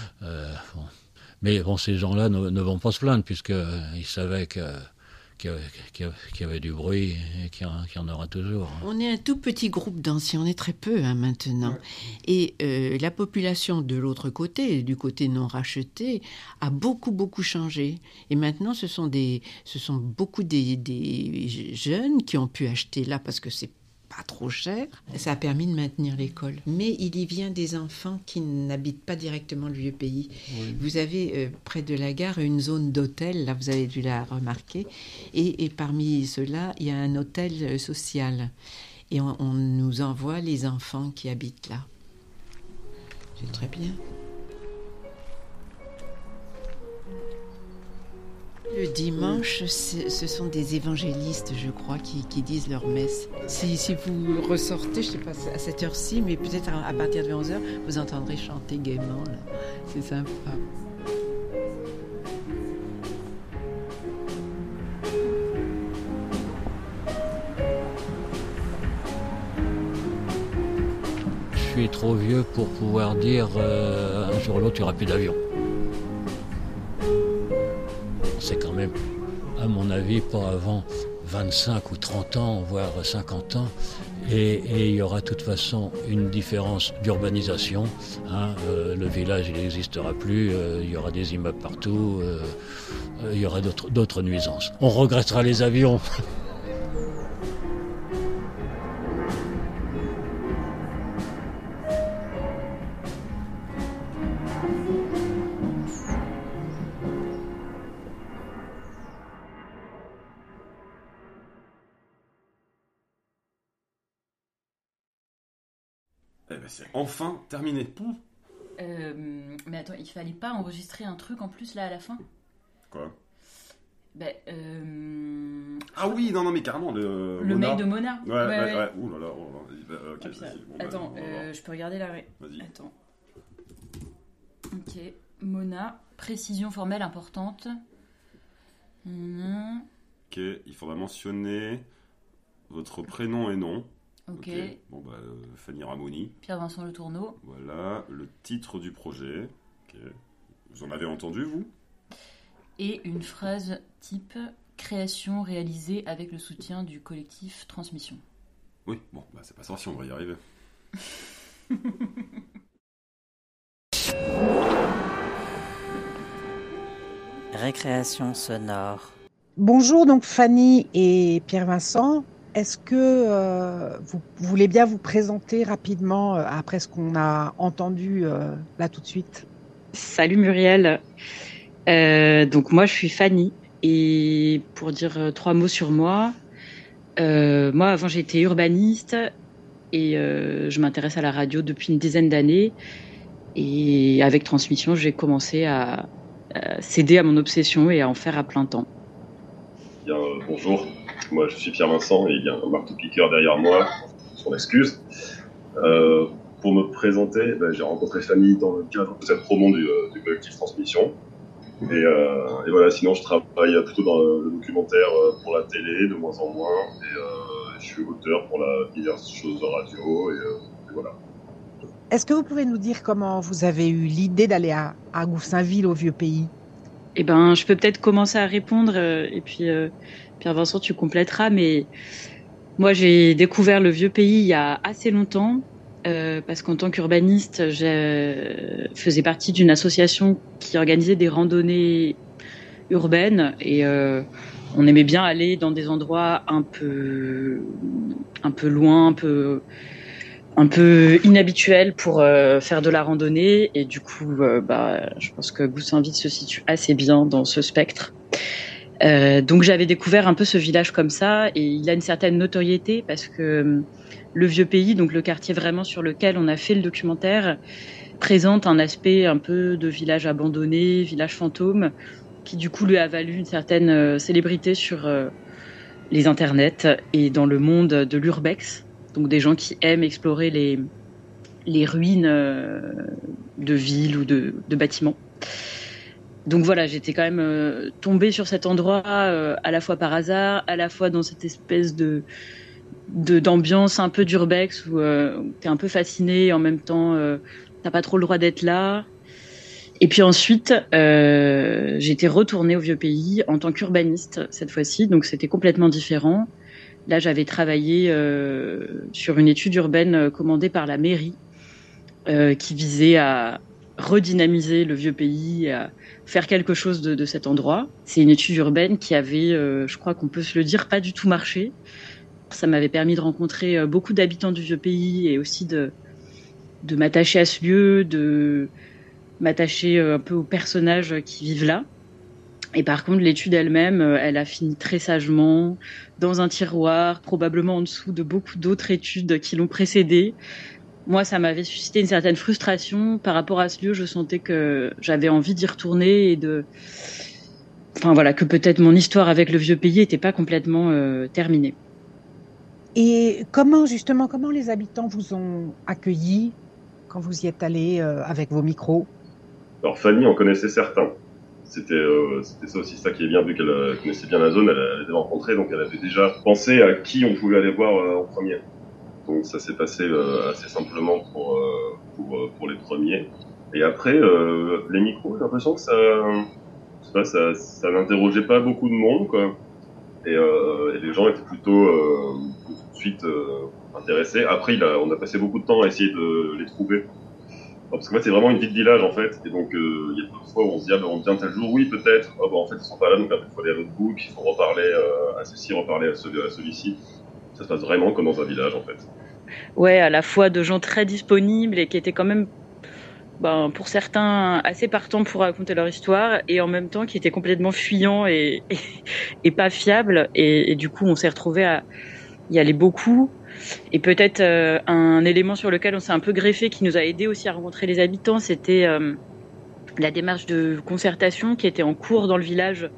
Mais bon, ces gens-là ne vont pas se plaindre, puisqu'ils savaient qu'il y avait du bruit et qu'il y en aura toujours. On est un tout petit groupe d'anciens, on est très peu maintenant. Ouais. Et la population de l'autre côté, du côté non racheté, a beaucoup changé. Et maintenant, ce sont beaucoup des jeunes qui ont pu acheter là parce que c'est pas trop cher. Ça a permis de maintenir l'école. Mais il y vient des enfants qui n'habitent pas directement le vieux pays. Oui. Vous avez près de la gare une zone d'hôtel, là vous avez dû la remarquer, et parmi ceux-là, il y a un hôtel social. Et on nous envoie les enfants qui habitent là. C'est très bien. Le dimanche, ce sont des évangélistes, je crois, qui disent leur messe. Si vous ressortez, je ne sais pas à cette heure-ci, mais peut-être à partir de 11h, vous entendrez chanter gaiement. Là. C'est sympa. Je suis trop vieux pour pouvoir dire un jour ou l'autre, il n'y aura plus d'avion. C'est quand même, à mon avis, pas avant 25 ou 30 ans, voire 50 ans. Et il y aura de toute façon une différence d'urbanisation. Hein. Le village, il n'existera plus. Il y aura des immeubles partout. Il y aura d'autres nuisances. On regrettera les avions. C'est enfin terminé. Mais attends, il fallait pas enregistrer un truc en plus là à la fin ? Quoi ? Ah oui, non, mais carrément, le mail de Mona. Ouais. Ouh là là. Ok, attends, je peux regarder là, ouais. Vas-y. Attends. Ok, Mona, précision formelle importante. Ok, il faudra mentionner votre prénom et nom. Ok. Bon, Fanny Ramoni. Pierre-Vincent Le Tourneau. Voilà, le titre du projet. Ok. Vous en avez entendu, vous ? Et une phrase type création réalisée avec le soutien du collectif Transmission. Oui, bon, c'est pas sorcier, on va y arriver. Récréation sonore. Bonjour, donc Fanny et Pierre-Vincent. Est-ce que vous voulez bien vous présenter rapidement après ce qu'on a entendu là tout de suite ? Salut Muriel. Donc moi je suis Fanny et pour dire 3 mots sur moi, moi avant j'étais urbaniste et je m'intéresse à la radio depuis une dizaine d'années et avec Transmission j'ai commencé à céder à mon obsession et à en faire à plein temps. Bien, bonjour. Moi, je suis Pierre-Vincent et il y a un marteau-piqueur derrière moi, son excuse. Pour me présenter, j'ai rencontré Fanny dans le cadre de cette promo du collectif Transmission. Et voilà, sinon je travaille plutôt dans le documentaire pour la télé, de moins en moins. Et je suis auteur pour diverses choses de radio. Et voilà. Est-ce que vous pouvez nous dire comment vous avez eu l'idée d'aller à Goussainville, au Vieux Pays ? Eh ben, je peux peut-être commencer à répondre et puis Pierre-Vincent, tu compléteras. Mais moi, j'ai découvert le vieux pays il y a assez longtemps parce qu'en tant qu'urbaniste, je faisais partie d'une association qui organisait des randonnées urbaines et on aimait bien aller dans des endroits un peu loin, un peu inhabituel pour faire de la randonnée et du coup je pense que Goussainville se situe assez bien dans ce spectre. Donc j'avais découvert un peu ce village comme ça et il a une certaine notoriété parce que le vieux pays, donc le quartier vraiment sur lequel on a fait le documentaire, présente un aspect un peu de village abandonné, village fantôme, qui du coup lui a valu une certaine célébrité sur les internets et dans le monde de l'urbex. Donc des gens qui aiment explorer les ruines de villes ou de bâtiments. Donc voilà, j'étais quand même tombée sur cet endroit à la fois par hasard, à la fois dans cette espèce d'ambiance un peu d'urbex où t'es un peu fasciné et en même temps t'as pas trop le droit d'être là. Et puis ensuite, j'étais retournée au vieux pays en tant qu'urbaniste cette fois-ci, donc c'était complètement différent. Là, j'avais travaillé sur une étude urbaine commandée par la mairie qui visait à redynamiser le vieux pays et à faire quelque chose de cet endroit. C'est une étude urbaine qui avait, je crois qu'on peut se le dire, pas du tout marché. Ça m'avait permis de rencontrer beaucoup d'habitants du vieux pays et aussi de m'attacher à ce lieu, de m'attacher un peu aux personnages qui vivent là. Et par contre, l'étude elle-même, elle a fini très sagement dans un tiroir, probablement en dessous de beaucoup d'autres études qui l'ont précédée. Moi, ça m'avait suscité une certaine frustration par rapport à ce lieu. Je sentais que j'avais envie d'y retourner et que peut-être mon histoire avec le vieux pays n'était pas complètement terminée. Et comment les habitants vous ont accueillis quand vous y êtes allés avec vos micros? Alors Fanny en connaissait certains. C'était ça aussi, ça qui est bien, vu qu'elle connaissait bien la zone, elle avait rencontré, donc elle avait déjà pensé à qui on pouvait aller voir en premier. Donc ça s'est passé assez simplement pour les premiers. Et après, les micros, j'ai l'impression que ça n'interrogeait pas beaucoup de monde, quoi. Et les gens étaient plutôt tout de suite intéressés. Après, on a passé beaucoup de temps à essayer de les trouver. Parce que moi, c'est vraiment une vie de village, en fait. Et donc, il y a d'autres fois où on se dit, on vient tel jour, oui, peut-être. En fait, ils sont pas là, donc après, il faut aller à l'autre bout, il faut reparler à ceci, reparler à celui-ci. Ça se passe vraiment comme dans un village, en fait. Ouais, à la fois de gens très disponibles et qui étaient quand même, pour certains, assez partants pour raconter leur histoire, et en même temps qui étaient complètement fuyants et pas fiables. Et du coup, on s'est retrouvés à y aller beaucoup. Et peut-être un élément sur lequel on s'est un peu greffé, qui nous a aidé aussi à rencontrer les habitants, c'était la démarche de concertation qui était en cours dans le village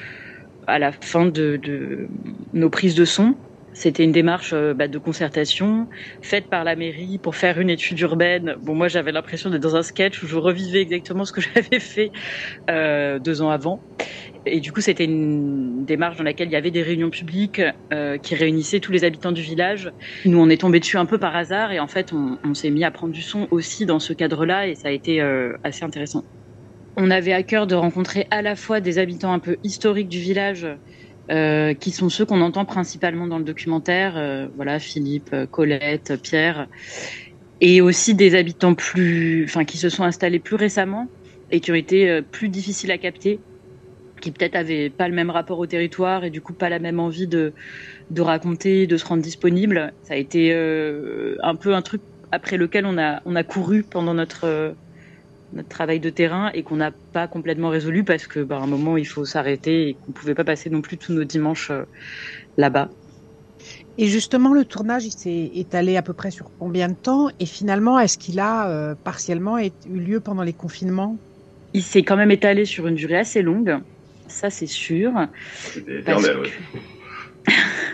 à la fin de nos prises de son. C'était une démarche de concertation faite par la mairie pour faire une étude urbaine. Bon, moi, j'avais l'impression d'être dans un sketch où je revivais exactement ce que j'avais fait 2 ans avant. Et du coup, c'était une démarche dans laquelle il y avait des réunions publiques qui réunissaient tous les habitants du village. Nous, on est tombés dessus un peu par hasard et en fait, on s'est mis à prendre du son aussi dans ce cadre-là et ça a été assez intéressant. On avait à cœur de rencontrer à la fois des habitants un peu historiques du village, qui sont ceux qu'on entend principalement dans le documentaire, Philippe, Colette, Pierre, et aussi des habitants qui se sont installés plus récemment et qui ont été plus difficiles à capter, qui peut-être avaient pas le même rapport au territoire et du coup pas la même envie de raconter, de se rendre disponible. Ça a été un peu un truc après lequel on a couru pendant notre travail de terrain et qu'on n'a pas complètement résolu parce que à un moment il faut s'arrêter et qu'on pouvait pas passer non plus tous nos dimanches là-bas. Et justement, le tournage il s'est étalé à peu près sur combien de temps? Et finalement, est-ce qu'il a partiellement eu lieu pendant les confinements? Il s'est quand même étalé sur une durée assez longue, ça c'est sûr. C'était éternel, oui.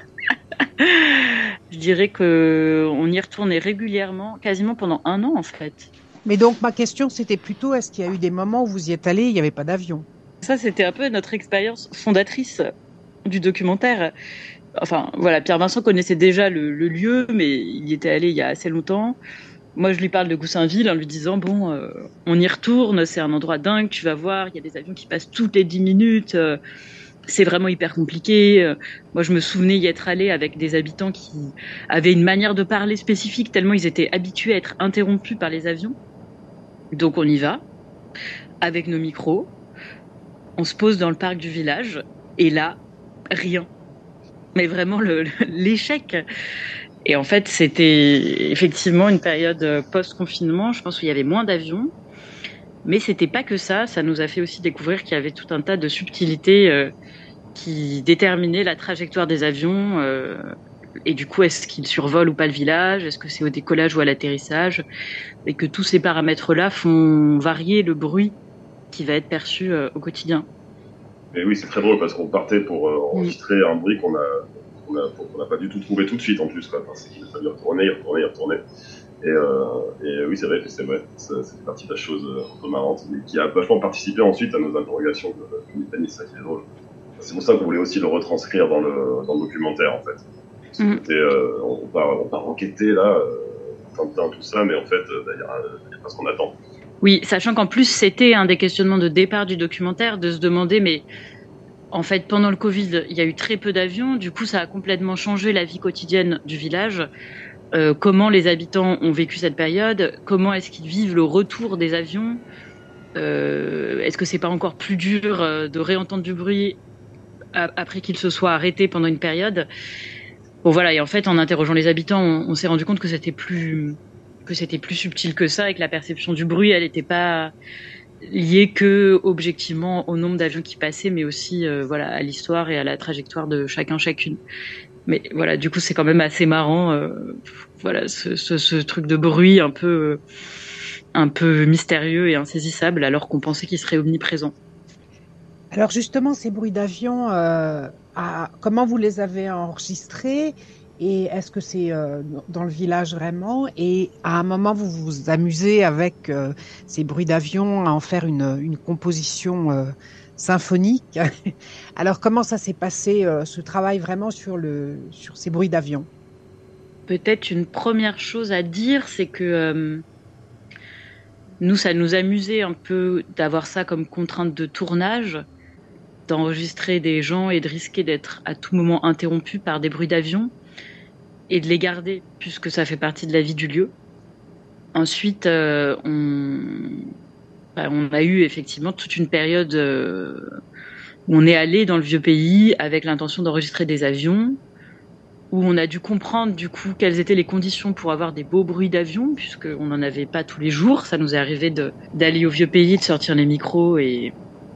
Je dirais qu'on y retournait régulièrement, quasiment pendant 1 an en fait. Mais donc ma question c'était plutôt, est-ce qu'il y a eu des moments où vous y êtes allé, il n'y avait pas d'avion? Ça c'était un peu notre expérience fondatrice du documentaire. Enfin voilà, Pierre-Vincent connaissait déjà le lieu, mais il y était allé il y a assez longtemps. Moi, je lui parle de Goussainville en lui disant bon, on y retourne, c'est un endroit dingue, tu vas voir, il y a des avions qui passent toutes les 10 minutes, c'est vraiment hyper compliqué. Moi, je me souvenais y être allée avec des habitants qui avaient une manière de parler spécifique, tellement ils étaient habitués à être interrompus par les avions. Donc, on y va, avec nos micros, on se pose dans le parc du village, et là, rien. Mais vraiment, l'échec. Et en fait, c'était effectivement une période post-confinement, je pense qu'il y avait moins d'avions. Mais c'était pas que ça, ça nous a fait aussi découvrir qu'il y avait tout un tas de subtilités qui déterminaient la trajectoire des avions. Et du coup, est-ce qu'ils survolent ou pas le village? Est-ce que c'est au décollage ou à l'atterrissage? Et que tous ces paramètres-là font varier le bruit qui va être perçu au quotidien. Et oui, c'est très drôle parce qu'on partait pour enregistrer un bruit qu'on n'a pas du tout trouvé tout de suite en plus. Enfin, il a fallu retourner. Et oui, c'est vrai, ça fait partie de la chose un peu marrante, mais qui a vachement participé ensuite à nos interrogations de Mithani, ça qui est drôle. C'est pour ça qu'on voulait aussi le retranscrire dans le documentaire, en fait. On part enquêter, là, Tintin, tout ça, mais en fait, il n'y a pas ce qu'on attend. Oui, sachant qu'en plus, c'était un des questionnements de départ du documentaire, de se demander, mais en fait, pendant le Covid, il y a eu très peu d'avions, du coup, ça a complètement changé la vie quotidienne du village. Comment les habitants ont vécu cette période, comment est-ce qu'ils vivent le retour des avions, est-ce que c'est pas encore plus dur de réentendre du bruit après qu'ils se soient arrêtés pendant une période. Bon voilà, et en fait en interrogeant les habitants, on s'est rendu compte que c'était plus subtil que ça et que la perception du bruit, elle n'était pas liée que objectivement au nombre d'avions qui passaient, mais aussi voilà, à l'histoire et à la trajectoire de chacune. Mais voilà, du coup, c'est quand même assez marrant, voilà, ce truc de bruit un peu mystérieux et insaisissable, alors qu'on pensait qu'il serait omniprésent. Alors justement, ces bruits d'avion, comment vous les avez enregistrés? Et est-ce que c'est dans le village vraiment? Et à un moment, vous vous amusez avec ces bruits d'avion à en faire une composition symphonique. Alors, comment ça s'est passé, ce travail vraiment sur ces bruits d'avion? Peut-être une première chose à dire, c'est que nous, ça nous amusait un peu d'avoir ça comme contrainte de tournage, d'enregistrer des gens et de risquer d'être à tout moment interrompu par des bruits d'avion et de les garder, puisque ça fait partie de la vie du lieu. Ensuite, on a eu effectivement toute une période où on est allé dans le vieux pays avec l'intention d'enregistrer des avions, où on a dû comprendre du coup quelles étaient les conditions pour avoir des beaux bruits d'avion, puisqu'on n'en avait pas tous les jours. Ça nous est arrivé d'aller au vieux pays, de sortir les micros et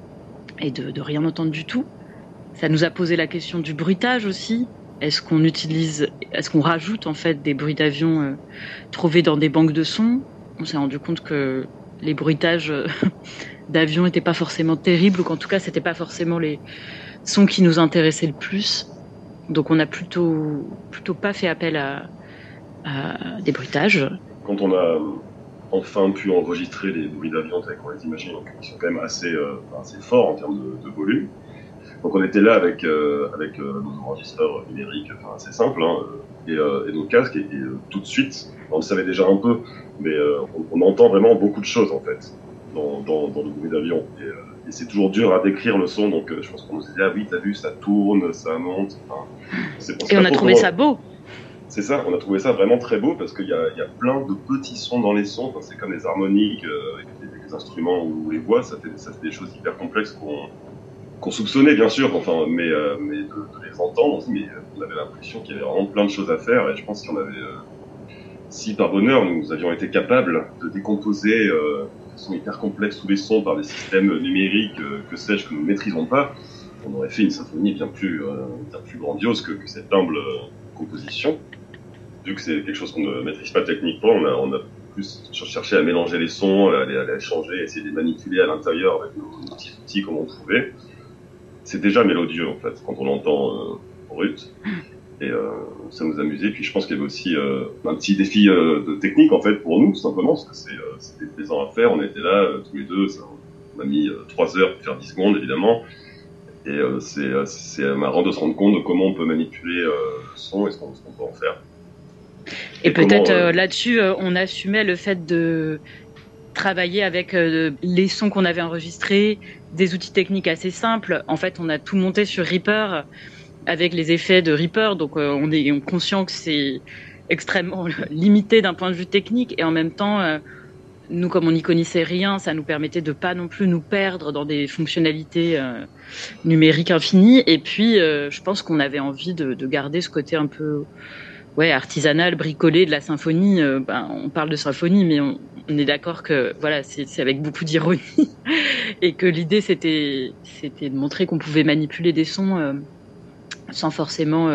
de rien entendre du tout. Ça nous a posé la question du bruitage aussi. Est-ce qu'on rajoute en fait des bruits d'avion trouvés dans des banques de sons? On s'est rendu compte que les bruitages d'avion n'étaient pas forcément terribles, ou qu'en tout cas c'était pas forcément les sons qui nous intéressaient le plus. Donc on a plutôt pas fait appel à des bruitages. Quand on a enfin pu enregistrer les bruits d'avion tels qu'on les imagine, donc ils sont quand même assez forts en termes de volume. Donc on était là avec nos enregistreurs numériques, assez simples, et nos casques, et tout de suite, on le savait déjà un peu, mais on entend vraiment beaucoup de choses en fait dans le bruit d'avion. Et c'est toujours dur à décrire le son, donc je pense qu'on nous disait, ah oui, t'as vu, ça tourne, ça monte. Et on a trouvé ça beau. C'est ça, on a trouvé ça vraiment très beau parce qu'il y a plein de petits sons dans les sons. Enfin, c'est comme les harmoniques, avec les instruments ou les voix, ça fait des choses hyper complexes qu'on soupçonnait bien sûr, mais de les entendre, mais on avait l'impression qu'il y avait vraiment plein de choses à faire. Et je pense si par bonheur nous avions été capables de décomposer de façon hyper complexe tous les sons par des systèmes numériques, que sais-je, que nous ne maîtrisons pas, on aurait fait une symphonie bien plus grandiose que cette humble composition. Vu que c'est quelque chose qu'on ne maîtrise pas techniquement, on a plus cherché à mélanger les sons, à les changer, à essayer de les manipuler à l'intérieur avec nos petits outils comme on trouvait. C'est déjà mélodieux en fait quand on l'entend brut, et ça nous amusait. Puis je pense qu'il y avait aussi un petit défi de technique en fait pour nous, tout simplement, parce que c'était plaisant à faire. On était là tous les deux, on a mis 3 heures pour faire 10 secondes évidemment, et c'est marrant de se rendre compte de comment on peut manipuler le son et ce qu'on peut en faire. Et peut-être là-dessus, on assumait le fait de travailler avec les sons qu'on avait enregistrés, des outils techniques assez simples. En fait, on a tout monté sur Reaper avec les effets de Reaper, donc on est conscient que c'est extrêmement limité d'un point de vue technique, et en même temps, nous, comme on n'y connaissait rien, ça nous permettait de pas non plus nous perdre dans des fonctionnalités numériques infinies. Et puis, je pense qu'on avait envie de garder ce côté un peu artisanal, bricolé de la symphonie. On parle de symphonie, mais on est d'accord que voilà, c'est avec beaucoup d'ironie et que l'idée c'était de montrer qu'on pouvait manipuler des sons sans forcément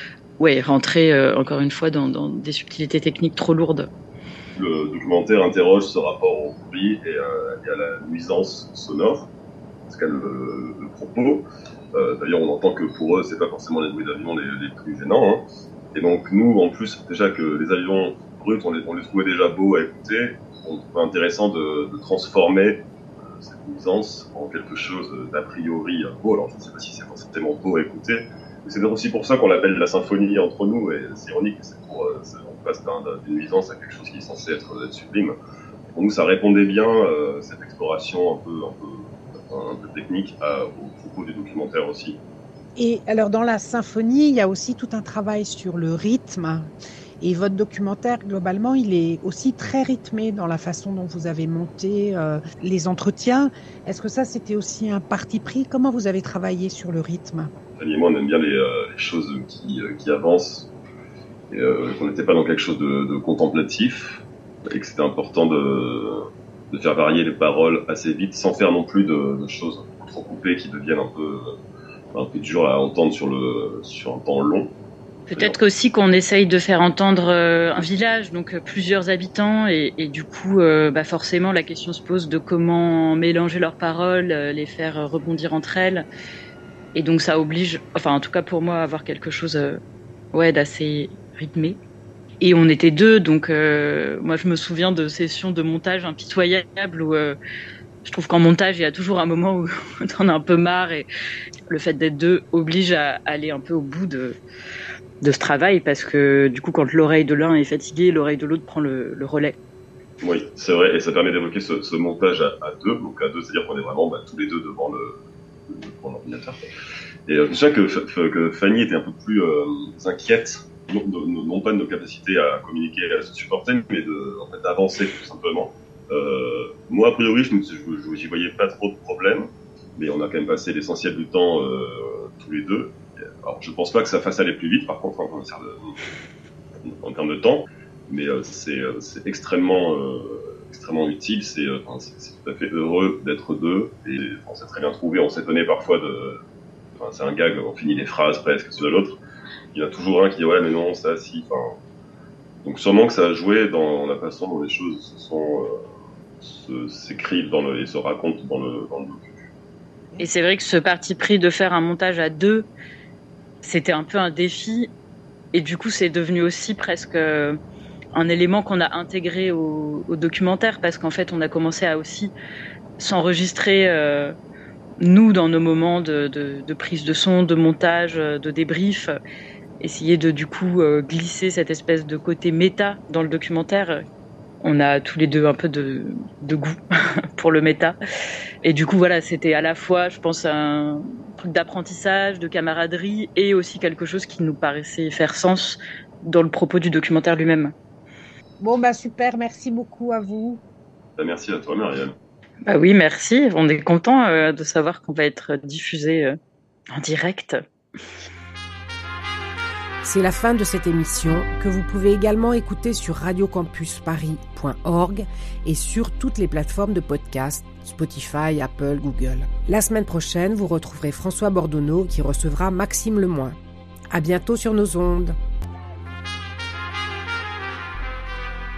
rentrer encore une fois dans des subtilités techniques trop lourdes. Le documentaire interroge ce rapport au bruit et à la nuisance sonore, en tout cas le propos. D'ailleurs, on entend que pour eux, c'est pas forcément les bruits d'avion les plus gênants. Hein. Et donc nous, en plus, déjà que les avions bruts, on les trouvait déjà beaux à écouter, on trouvait intéressant de transformer cette nuisance en quelque chose d'a priori beau. Alors je ne sais pas si c'est forcément beau à écouter, mais c'est aussi pour ça qu'on l'appelle la symphonie entre nous, et c'est ironique, on passe d'une nuisance à quelque chose qui est censé être sublime. Et pour nous, ça répondait bien, cette exploration un peu technique au propos du documentaire aussi. Et alors dans la symphonie, il y a aussi tout un travail sur le rythme. Et votre documentaire, globalement, il est aussi très rythmé dans la façon dont vous avez monté les entretiens. Est-ce que ça, c'était aussi un parti pris ? Comment vous avez travaillé sur le rythme ? Fanny et moi, on aime bien les choses qui avancent, et qu'on n'était pas dans quelque chose de contemplatif, et que c'était important de faire varier les paroles assez vite, sans faire non plus de choses trop coupées qui deviennent un peu dur à entendre sur un temps long. Peut-être qu'aussi qu'on essaye de faire entendre un village, donc plusieurs habitants, et du coup, forcément, la question se pose de comment mélanger leurs paroles, les faire rebondir entre elles. Et donc ça oblige, en tout cas pour moi, à avoir quelque chose d'assez rythmé. Et on était deux, donc moi je me souviens de sessions de montage impitoyables où je trouve qu'en montage, il y a toujours un moment où t'en as un peu marre, et le fait d'être deux oblige à aller un peu au bout de ce travail, parce que du coup, quand l'oreille de l'un est fatiguée, l'oreille de l'autre prend le relais. Oui, c'est vrai, et ça permet d'évoquer ce montage à deux. Donc à deux, c'est-à-dire qu'on est vraiment tous les deux devant l'ordinateur. Et déjà que Fanny était un peu plus inquiète, non pas de nos capacités à communiquer et à se supporter, mais d'avancer tout simplement. Moi, a priori, j'y voyais pas trop de problèmes, mais on a quand même passé l'essentiel du temps tous les deux. Alors, je pense pas que ça fasse aller plus vite, par contre, en termes de temps, mais c'est extrêmement utile. C'est tout à fait heureux d'être deux, et on s'est très bien trouvé. On s'étonnait parfois c'est un gag, on finit les phrases presque l'un à l'autre. Il y en a toujours un qui dit ouais, mais non, ça, si. Donc sûrement que ça a joué dans la façon dont les choses s'écrivent et se racontent dans le docu. Et c'est vrai que ce parti pris de faire un montage à deux, c'était un peu un défi, et du coup c'est devenu aussi presque un élément qu'on a intégré au documentaire, parce qu'en fait on a commencé à aussi s'enregistrer nous dans nos moments de prise de son, de montage, de débrief, essayer de du coup glisser cette espèce de côté méta dans le documentaire. On a tous les deux un peu de goût pour le méta. Et du coup, voilà, c'était à la fois, je pense, un truc d'apprentissage, de camaraderie, et aussi quelque chose qui nous paraissait faire sens dans le propos du documentaire lui-même. Bon, super, merci beaucoup à vous. Merci à toi, Marianne. Oui, merci. On est content de savoir qu'on va être diffusé en direct. C'est la fin de cette émission, que vous pouvez également écouter sur radiocampusparis.org et sur toutes les plateformes de podcast, Spotify, Apple, Google. La semaine prochaine, vous retrouverez François Bordonneau qui recevra Maxime Lemoine. À bientôt sur nos ondes.